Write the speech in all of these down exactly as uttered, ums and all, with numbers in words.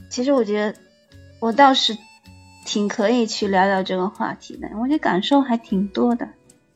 其实我觉得我倒是挺可以去聊聊这个话题的，我觉得感受还挺多的。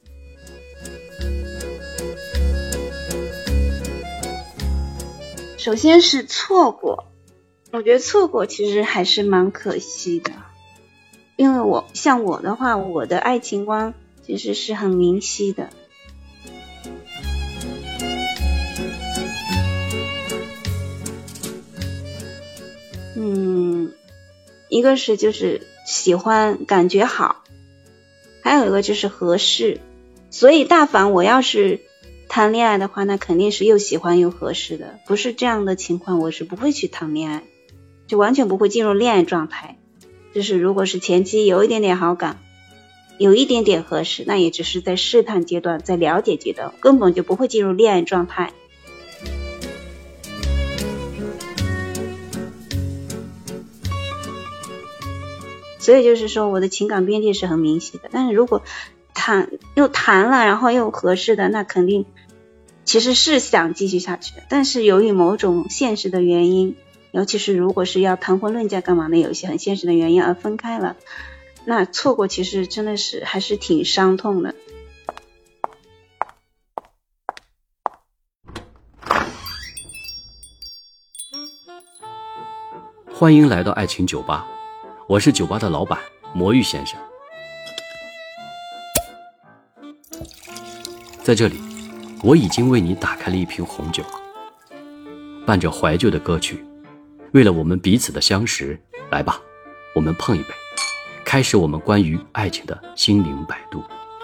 首先是错过，我觉得错过其实还是蛮可惜的，因为我像我的话，我的爱情观其实是很明晰的。嗯，一个是就是喜欢感觉好，还有一个就是合适，所以大凡我要是谈恋爱的话，那肯定是又喜欢又合适的，不是这样的情况我是不会去谈恋爱，就完全不会进入恋爱状态。就是如果是前期有一点点好感，有一点点合适，那也只是在试探阶段，在了解阶段，根本就不会进入恋爱状态。所以就是说我的情感边界是很明晰的，但是如果谈又谈了然后又合适的，那肯定其实是想继续下去的，但是由于某种现实的原因，尤其是如果是要谈婚论嫁干嘛的，有一些很现实的原因而分开了，那错过其实真的是还是挺伤痛的。 欢迎来到爱情酒吧，我是酒吧的老板魔芋先生。在这里，我已经为你打开了一瓶红酒，伴着怀旧的歌曲，为了我们彼此的相识，来吧，我们碰一杯，开始我们关于爱情的心灵摆渡。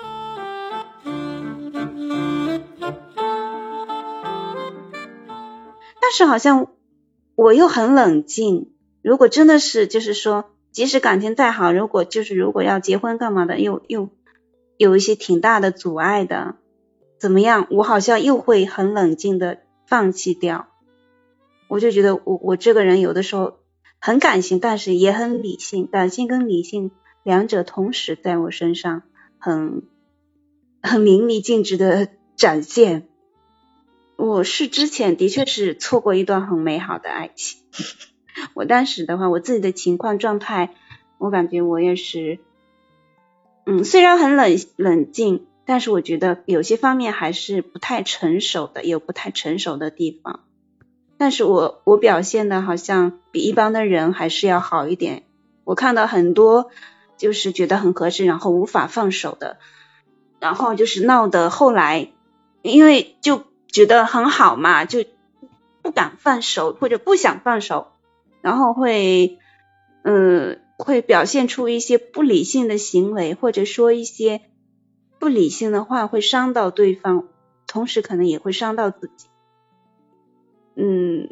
但是好像我又很冷静，如果真的是就是说即使感情再好，如果就是如果要结婚干嘛的，又又有一些挺大的阻碍的，怎么样，我好像又会很冷静的放弃掉。我就觉得我我这个人有的时候很感性，但是也很理性，感性跟理性两者同时在我身上很很淋漓尽致的展现。我是之前的确是错过一段很美好的爱情我当时的话，我自己的情况状态，我感觉我也是嗯，虽然很冷冷静，但是我觉得有些方面还是不太成熟的，有不太成熟的地方，但是我我表现的好像比一般的人还是要好一点。我看到很多就是觉得很合适然后无法放手的，然后就是闹得后来因为就觉得很好嘛，就不敢放手或者不想放手，然后会嗯会表现出一些不理性的行为，或者说一些不理性的话，会伤到对方，同时可能也会伤到自己。嗯，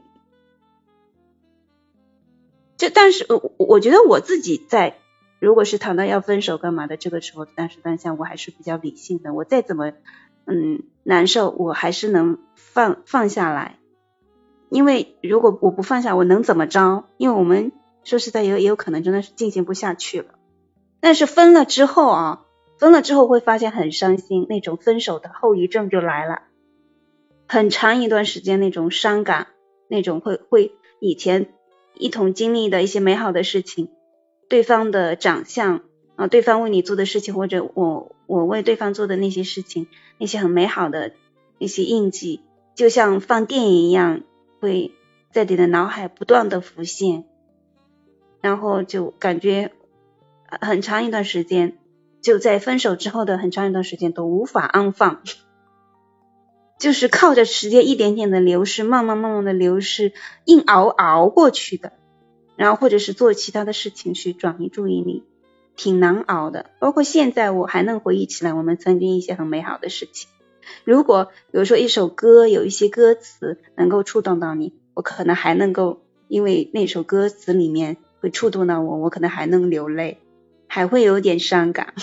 这但是我我觉得我自己在如果是谈到要分手干嘛的这个时候，但是当下我还是比较理性的，我再怎么嗯难受，我还是能放放下来。因为如果我不放下，我能怎么着？因为我们说实在也也有可能真的是进行不下去了。但是分了之后啊，分了之后会发现很伤心，那种分手的后遗症就来了，很长一段时间那种伤感，那种会会以前一同经历的一些美好的事情，对方的长相啊，对方为你做的事情，或者我我为对方做的那些事情，那些很美好的一些印记，就像放电影一样，会在你的脑海不断的浮现，然后就感觉很长一段时间，就在分手之后的很长一段时间都无法安放，就是靠着时间一点点的流逝，慢慢慢慢的流逝，硬熬熬过去的，然后或者是做其他的事情去转移注意力，挺难熬的。包括现在我还能回忆起来我们曾经一些很美好的事情。如果比如说一首歌有一些歌词能够触动到你，我可能还能够因为那首歌词里面会触动到我，我可能还能流泪，还会有点伤感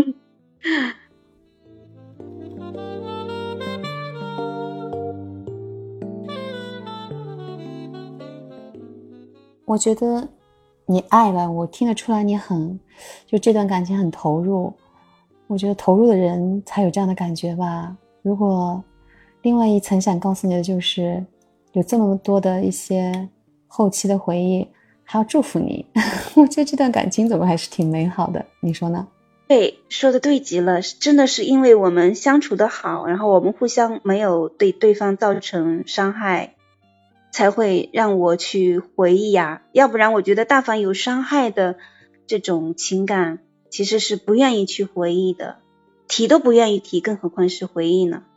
我觉得你爱了，我听得出来你很就这段感情很投入，我觉得投入的人才有这样的感觉吧。如果另外一层想告诉你的就是有这么多的一些后期的回忆还要祝福你。我觉得这段感情怎么还是挺美好的，你说呢？ 对，说的对极了，真的是因为我们相处的好，然后我们互相没有对对方造成伤害，才会让我去回忆呀、啊。要不然我觉得大凡有伤害的这种情感，其实是不愿意去回忆的，提都不愿意提，更何况是回忆呢？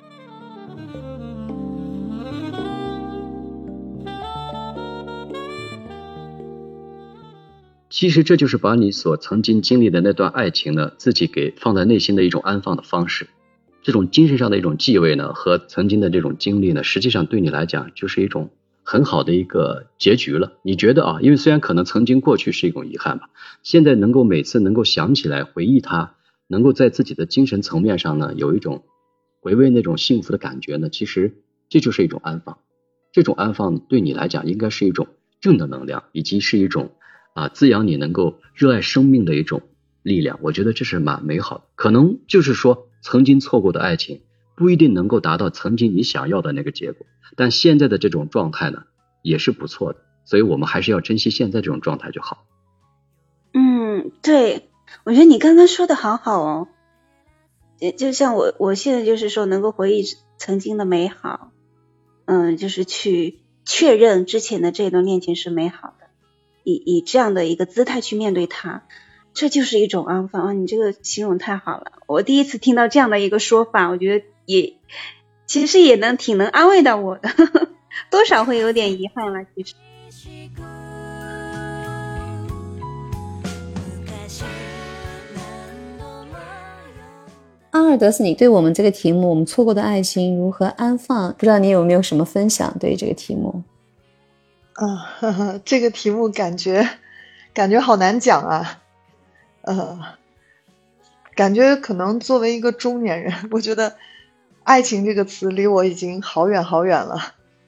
其实这就是把你所曾经经历的那段爱情呢，自己给放在内心的一种安放的方式。这种精神上的一种继位呢，和曾经的这种经历呢，实际上对你来讲就是一种很好的一个结局了。你觉得啊，因为虽然可能曾经过去是一种遗憾吧，现在能够每次能够想起来回忆它，能够在自己的精神层面上呢，有一种回味那种幸福的感觉呢，其实这就是一种安放。这种安放对你来讲应该是一种正的能量，以及是一种啊，滋养你能够热爱生命的一种力量。我觉得这是蛮美好的。可能就是说曾经错过的爱情不一定能够达到曾经你想要的那个结果，但现在的这种状态呢也是不错的，所以我们还是要珍惜现在这种状态就好。 嗯，对，我觉得你刚刚说的好好哦，就像我我现在就是说能够回忆曾经的美好，嗯，就是去确认之前的这段恋情是美好的，以以这样的一个姿态去面对它，这就是一种安放啊！你这个形容太好了，我第一次听到这样的一个说法，我觉得也其实也能挺能安慰到我的，呵呵，多少会有点遗憾了，其实。 阿尔德斯，你对我们这个题目，我们错过的爱情如何安放，不知道你有没有什么分享对于这个题目？ 嗯，呵呵，这个题目感觉感觉好难讲啊，呃，感觉可能作为一个中年人，我觉得爱情这个词离我已经好远好远了。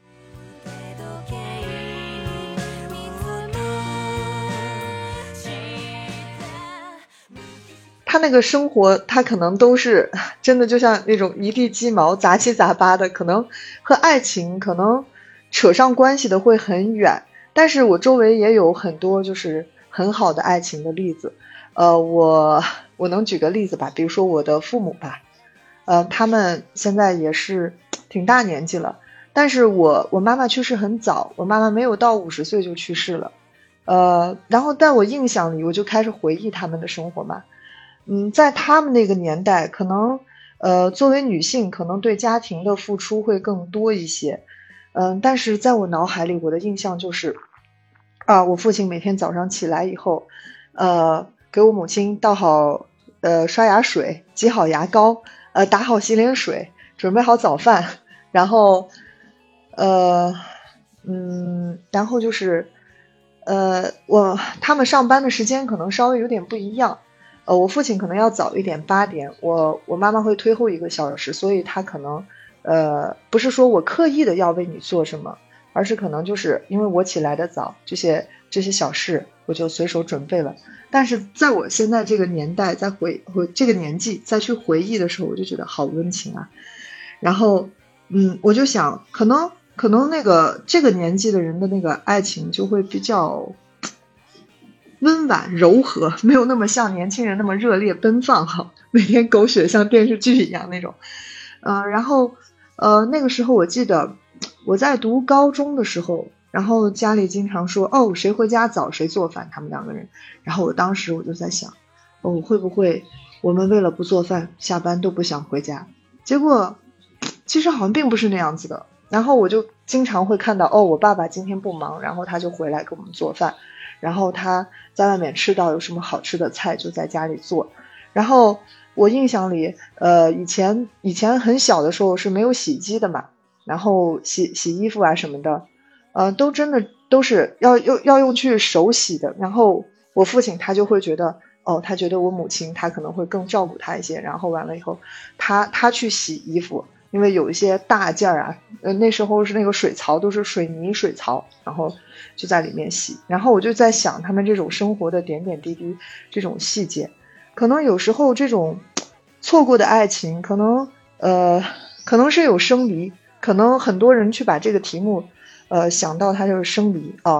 他那个生活，他可能都是真的就像那种一地鸡毛杂七杂八的，可能和爱情可能扯上关系的会很远，但是我周围也有很多就是很好的爱情的例子。呃，我我能举个例子吧，比如说我的父母吧，呃，他们现在也是挺大年纪了，但是我我妈妈去世很早，我妈妈没有到五十岁就去世了，呃，然后在我印象里，我就开始回忆他们的生活嘛。嗯，在他们那个年代，可能呃，作为女性，可能对家庭的付出会更多一些。嗯，但是在我脑海里，我的印象就是，啊，我父亲每天早上起来以后，呃，给我母亲倒好呃刷牙水，挤好牙膏，呃，打好洗脸水，准备好早饭，然后，呃，嗯，然后就是，呃，我他们上班的时间可能稍微有点不一样。呃，我父亲可能要早一点，八点，我我妈妈会推后一个小时，所以他可能，呃，不是说我刻意的要为你做什么，而是可能就是因为我起来的早，这些这些小事我就随手准备了。但是在我现在这个年代，在回回这个年纪再去回忆的时候，我就觉得好温情啊。然后，嗯，我就想，可能可能那个这个年纪的人的那个爱情就会比较温婉柔和，没有那么像年轻人那么热烈奔放哈，每天狗血像电视剧一样那种。呃，然后呃那个时候我记得我在读高中的时候，然后家里经常说哦谁回家早谁做饭，他们两个人。然后我当时我就在想，哦会不会我们为了不做饭下班都不想回家？结果其实好像并不是那样子的。然后我就经常会看到哦我爸爸今天不忙，然后他就回来给我们做饭。然后他在外面吃到有什么好吃的菜就在家里做。然后我印象里呃以前以前很小的时候是没有洗衣机的嘛，然后洗洗衣服啊什么的呃都真的都是要要要用去手洗的。然后我父亲他就会觉得哦他觉得我母亲他可能会更照顾他一些，然后完了以后他他去洗衣服，因为有一些大件儿啊，呃那时候是那个水槽都是水泥水槽，然后就在里面洗。然后我就在想他们这种生活的点点滴滴，这种细节，可能有时候这种错过的爱情，可能呃可能是有生离，可能很多人去把这个题目呃想到它就是生离啊，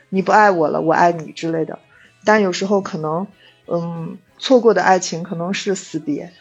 你不爱我了，我爱你之类的。但有时候可能嗯，错过的爱情可能是死别。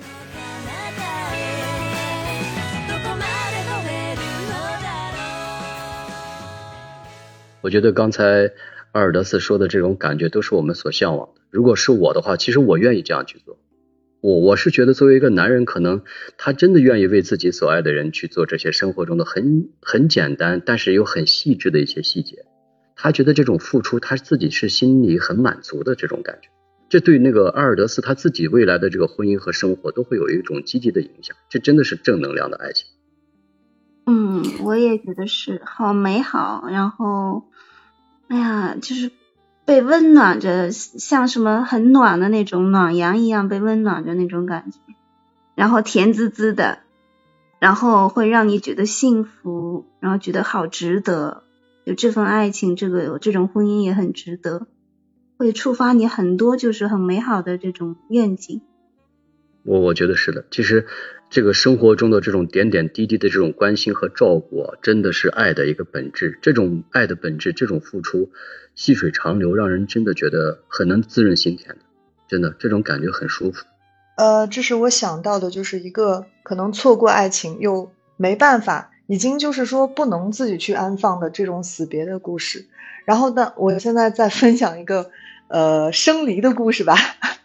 我觉得刚才阿尔德斯说的这种感觉都是我们所向往的。如果是我的话，其实我愿意这样去做。我我是觉得作为一个男人，可能他真的愿意为自己所爱的人去做这些生活中的很很简单但是又很细致的一些细节。他觉得这种付出他自己是心里很满足的这种感觉。这对那个阿尔德斯他自己未来的这个婚姻和生活都会有一种积极的影响。这真的是正能量的爱情。 嗯，我也觉得是好美好，然后哎呀，就是被温暖着，像什么很暖的那种暖阳一样被温暖着那种感觉，然后甜滋滋的，然后会让你觉得幸福，然后觉得好值得，有这份爱情，这个有这种婚姻也很值得，会触发你很多就是很美好的这种愿景。 我我觉得是的，其实这个生活中的这种点点滴滴的这种关心和照顾啊，真的是爱的一个本质。这种爱的本质，这种付出细水长流，让人真的觉得很能滋润心田的，真的这种感觉很舒服。 呃，这是我想到的，就是一个可能错过爱情又没办法，已经就是说不能自己去安放的这种死别的故事。然后呢，我现在再分享一个呃生离的故事吧。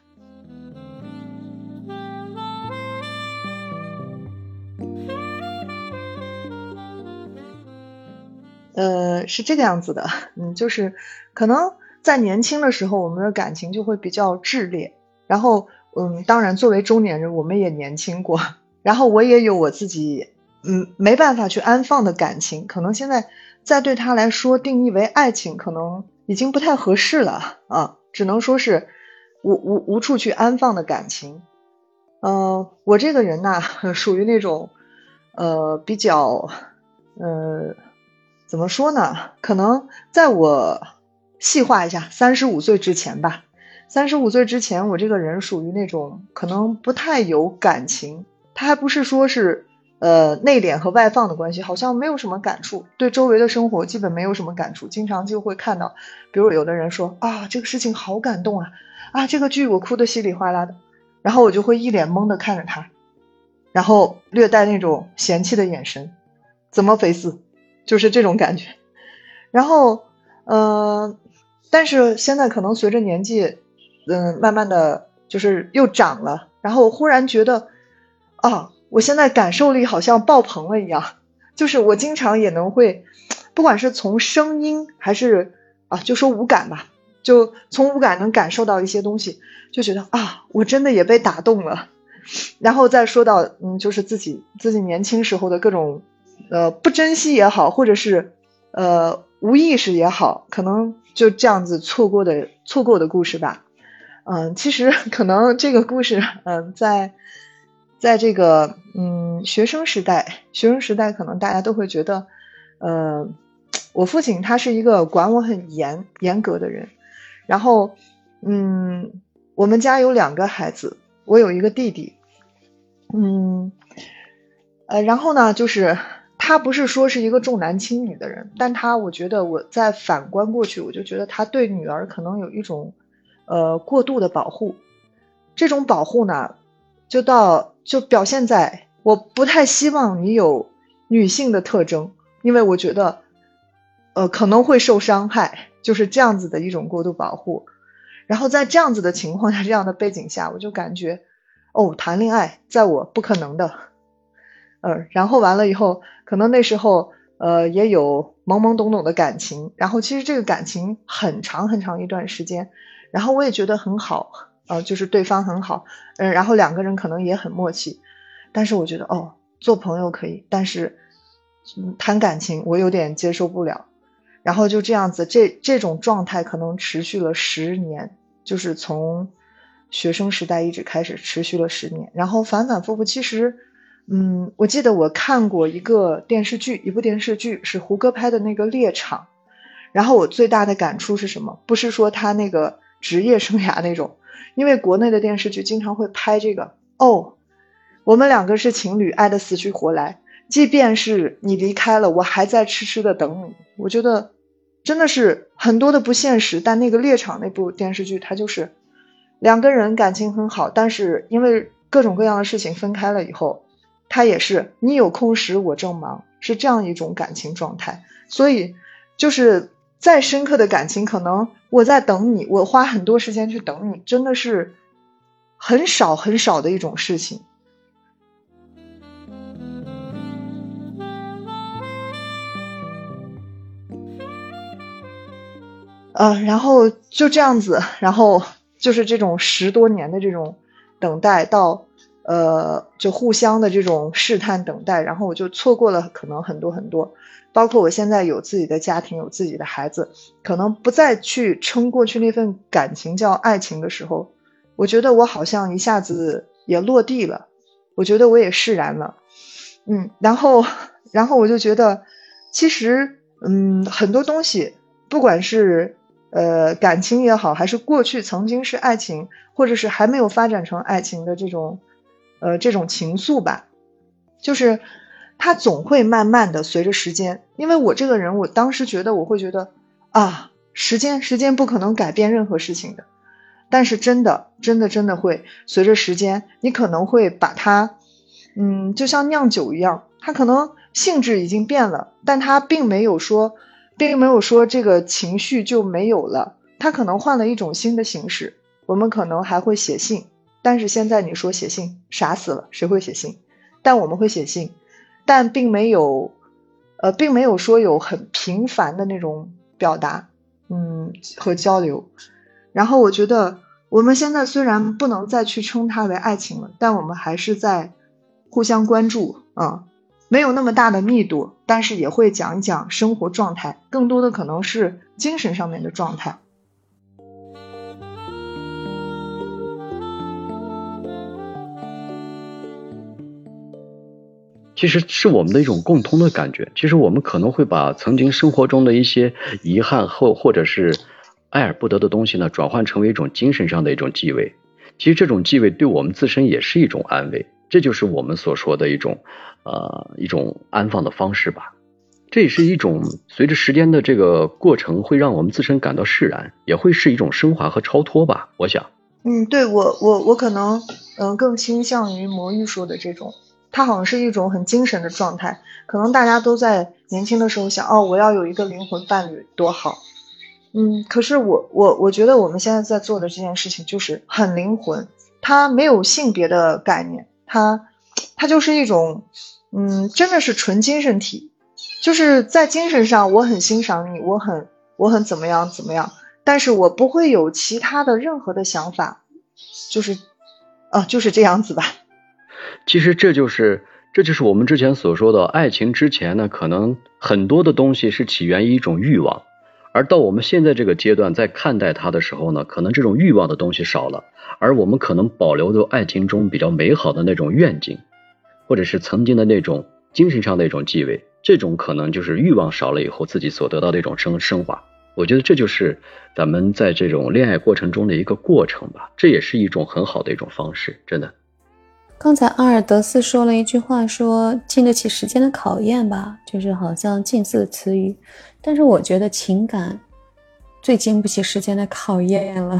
呃，是这个样子的，嗯，就是可能在年轻的时候，我们的感情就会比较炽烈，然后，嗯，当然作为中年人，我们也年轻过，然后我也有我自己，嗯，没办法去安放的感情，可能现在再对他来说定义为爱情，可能已经不太合适了啊，只能说是无无无处去安放的感情。呃，我这个人呐，属于那种，呃，比较，呃。怎么说呢？可能在我细化一下，三十五岁之前吧。三十五岁之前，我这个人属于那种可能不太有感情，他还不是说是呃内敛和外放的关系，好像没有什么感触，对周围的生活基本没有什么感触。经常就会看到，比如有的人说啊，这个事情好感动啊，啊这个剧我哭得稀里哗啦的，然后我就会一脸懵的看着他，然后略带那种嫌弃的眼神，怎么回事？就是这种感觉。然后呃但是现在可能随着年纪嗯、呃、慢慢的就是又长了，然后忽然觉得啊我现在感受力好像爆棚了一样，就是我经常也能会不管是从声音还是啊就说五感吧，就从五感能感受到一些东西，就觉得啊我真的也被打动了。然后再说到嗯就是自己自己年轻时候的各种呃，不珍惜也好，或者是呃无意识也好，可能就这样子错过的错过的故事吧。嗯、呃，其实可能这个故事，嗯、呃，在在这个嗯学生时代，学生时代可能大家都会觉得，呃，我父亲他是一个管我很严严格的人，然后嗯，我们家有两个孩子，我有一个弟弟，嗯，呃，然后呢，就是他不是说是一个重男轻女的人，但他我觉得我再反观过去，我就觉得他对女儿可能有一种呃过度的保护。这种保护呢，就到就表现在我不太希望你有女性的特征，因为我觉得呃可能会受伤害，就是这样子的一种过度保护。然后在这样子的情况下，这样的背景下，我就感觉哦谈恋爱在我不可能的。呃，然后完了以后，可能那时候呃也有懵懵懂懂的感情，然后其实这个感情很长很长一段时间，然后我也觉得很好，呃，就是对方很好，嗯、呃，然后两个人可能也很默契，但是我觉得哦，做朋友可以，但是嗯谈感情我有点接受不了，然后就这样子，这这种状态可能持续了十年，就是从学生时代一直开始持续了十年，然后反反复复，其实。嗯，我记得我看过一个电视剧，一部电视剧是胡歌拍的那个《猎场》，然后我最大的感触是什么？不是说他那个职业生涯那种，因为国内的电视剧经常会拍这个，哦，我们两个是情侣，爱得死去活来，即便是你离开了，我还在痴痴的等你。我觉得真的是很多的不现实，但那个猎场那部电视剧它就是两个人感情很好，但是因为各种各样的事情分开了以后，他也是你有空时我正忙，是这样一种感情状态。所以就是再深刻的感情，可能我在等你，我花很多时间去等你，真的是很少很少的一种事情。呃，然后就这样子，然后就是这种十多年的这种等待到呃，就互相的这种试探等待，然后我就错过了可能很多很多，包括我现在有自己的家庭，有自己的孩子，可能不再去撑过去那份感情叫爱情的时候，我觉得我好像一下子也落地了，我觉得我也释然了。嗯，然后然后我就觉得其实嗯，很多东西不管是呃感情也好，还是过去曾经是爱情，或者是还没有发展成爱情的这种呃这种情愫吧，就是它总会慢慢的随着时间，因为我这个人我当时觉得我会觉得啊，时间时间不可能改变任何事情的，但是真的真的真的会随着时间，你可能会把它嗯，就像酿酒一样，它可能性质已经变了，但它并没有说并没有说这个情绪就没有了，它可能换了一种新的形式。我们可能还会写信，但是现在你说写信傻死了，谁会写信？但我们会写信，但并没有呃，并没有说有很频繁的那种表达嗯和交流。然后我觉得我们现在虽然不能再去称它为爱情了，但我们还是在互相关注啊、嗯，没有那么大的密度，但是也会讲一讲生活状态，更多的可能是精神上面的状态。 其实是我们的一种共通的感觉，其实我们可能会把曾经生活中的一些遗憾或或者是爱而不得的东西呢，转换成为一种精神上的一种继位。其实这种继位对我们自身也是一种安慰，这就是我们所说的一种呃一种安放的方式吧。这也是一种随着时间的这个过程会让我们自身感到释然，也会是一种升华和超脱吧，我想。 嗯，对，我我我可能嗯、呃、更倾向于魔芋说的这种，它好像是一种很精神的状态，可能大家都在年轻的时候想，哦，我要有一个灵魂伴侣多好。嗯，可是我我我觉得我们现在在做的这件事情就是很灵魂，它没有性别的概念，它它就是一种嗯，真的是纯精神体，就是在精神上我很欣赏你，我很我很怎么样怎么样，但是我不会有其他的任何的想法，就是啊，就是这样子吧。 其实这就是这就是我们之前所说的，爱情之前呢，可能很多的东西是起源于一种欲望，而到我们现在这个阶段在看待它的时候呢，可能这种欲望的东西少了，而我们可能保留着爱情中比较美好的那种愿景，或者是曾经的那种精神上的一种继位，这种可能就是欲望少了以后自己所得到的一种升升华。我觉得这就是咱们在这种恋爱过程中的一个过程吧，这也是一种很好的一种方式，真的。 刚才阿尔德斯说了一句话，说经得起时间的考验吧，就是好像近似的词语，但是我觉得情感最经不起时间的考验了。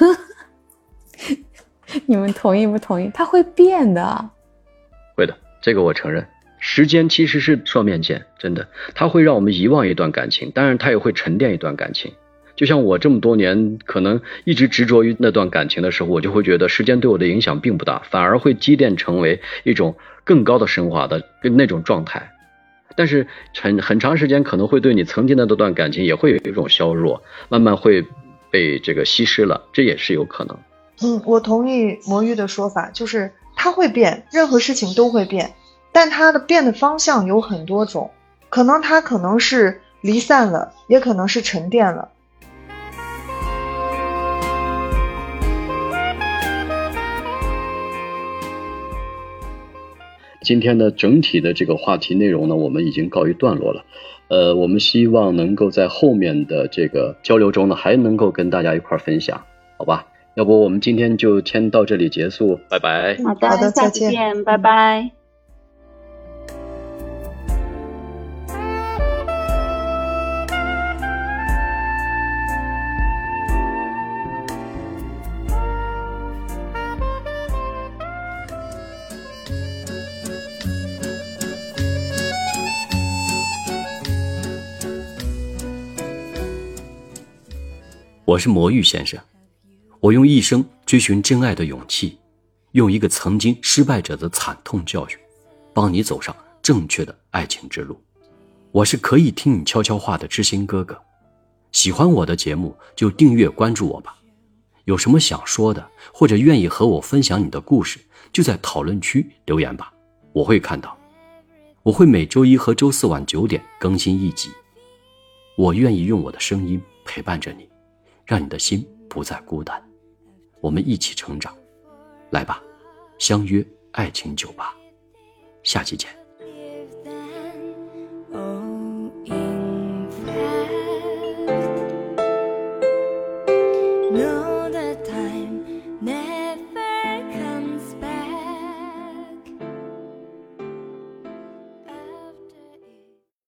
你们同意不同意？它会变的。 会的，这个我承认。时间其实是双面剑，真的，它会让我们遗忘一段感情，当然它也会沉淀一段感情。就像我这么多年可能一直执着于那段感情的时候，我就会觉得时间对我的影响并不大，反而会积淀成为一种更高的升华的那种状态。但是很很长时间可能会对你曾经的那段感情也会有一种削弱，慢慢会被这个稀释了，这也是有可能。 嗯，我同意魔芋的说法，就是它会变，任何事情都会变，但它的变的方向有很多种，可能它可能是离散了，也可能是沉淀了。 今天的整体的这个话题内容呢，我们已经告一段落了。呃，我们希望能够在后面的这个交流中呢，还能够跟大家一块分享，好吧？要不我们今天就先到这里结束，拜拜。 好的， 好的， 下再见， 次见，拜拜。 我是魔芋先生，我用一生追寻真爱的勇气，用一个曾经失败者的惨痛教训，帮你走上正确的爱情之路。我是可以听你悄悄话的知心哥哥，喜欢我的节目就订阅关注我吧。有什么想说的，或者愿意和我分享你的故事，就在讨论区留言吧，我会看到。我会每周一和周四晚九点更新一集。我愿意用我的声音陪伴着你，让你的心不再孤单。我们一起成长，来吧，相约爱情酒吧，下期见。 know that I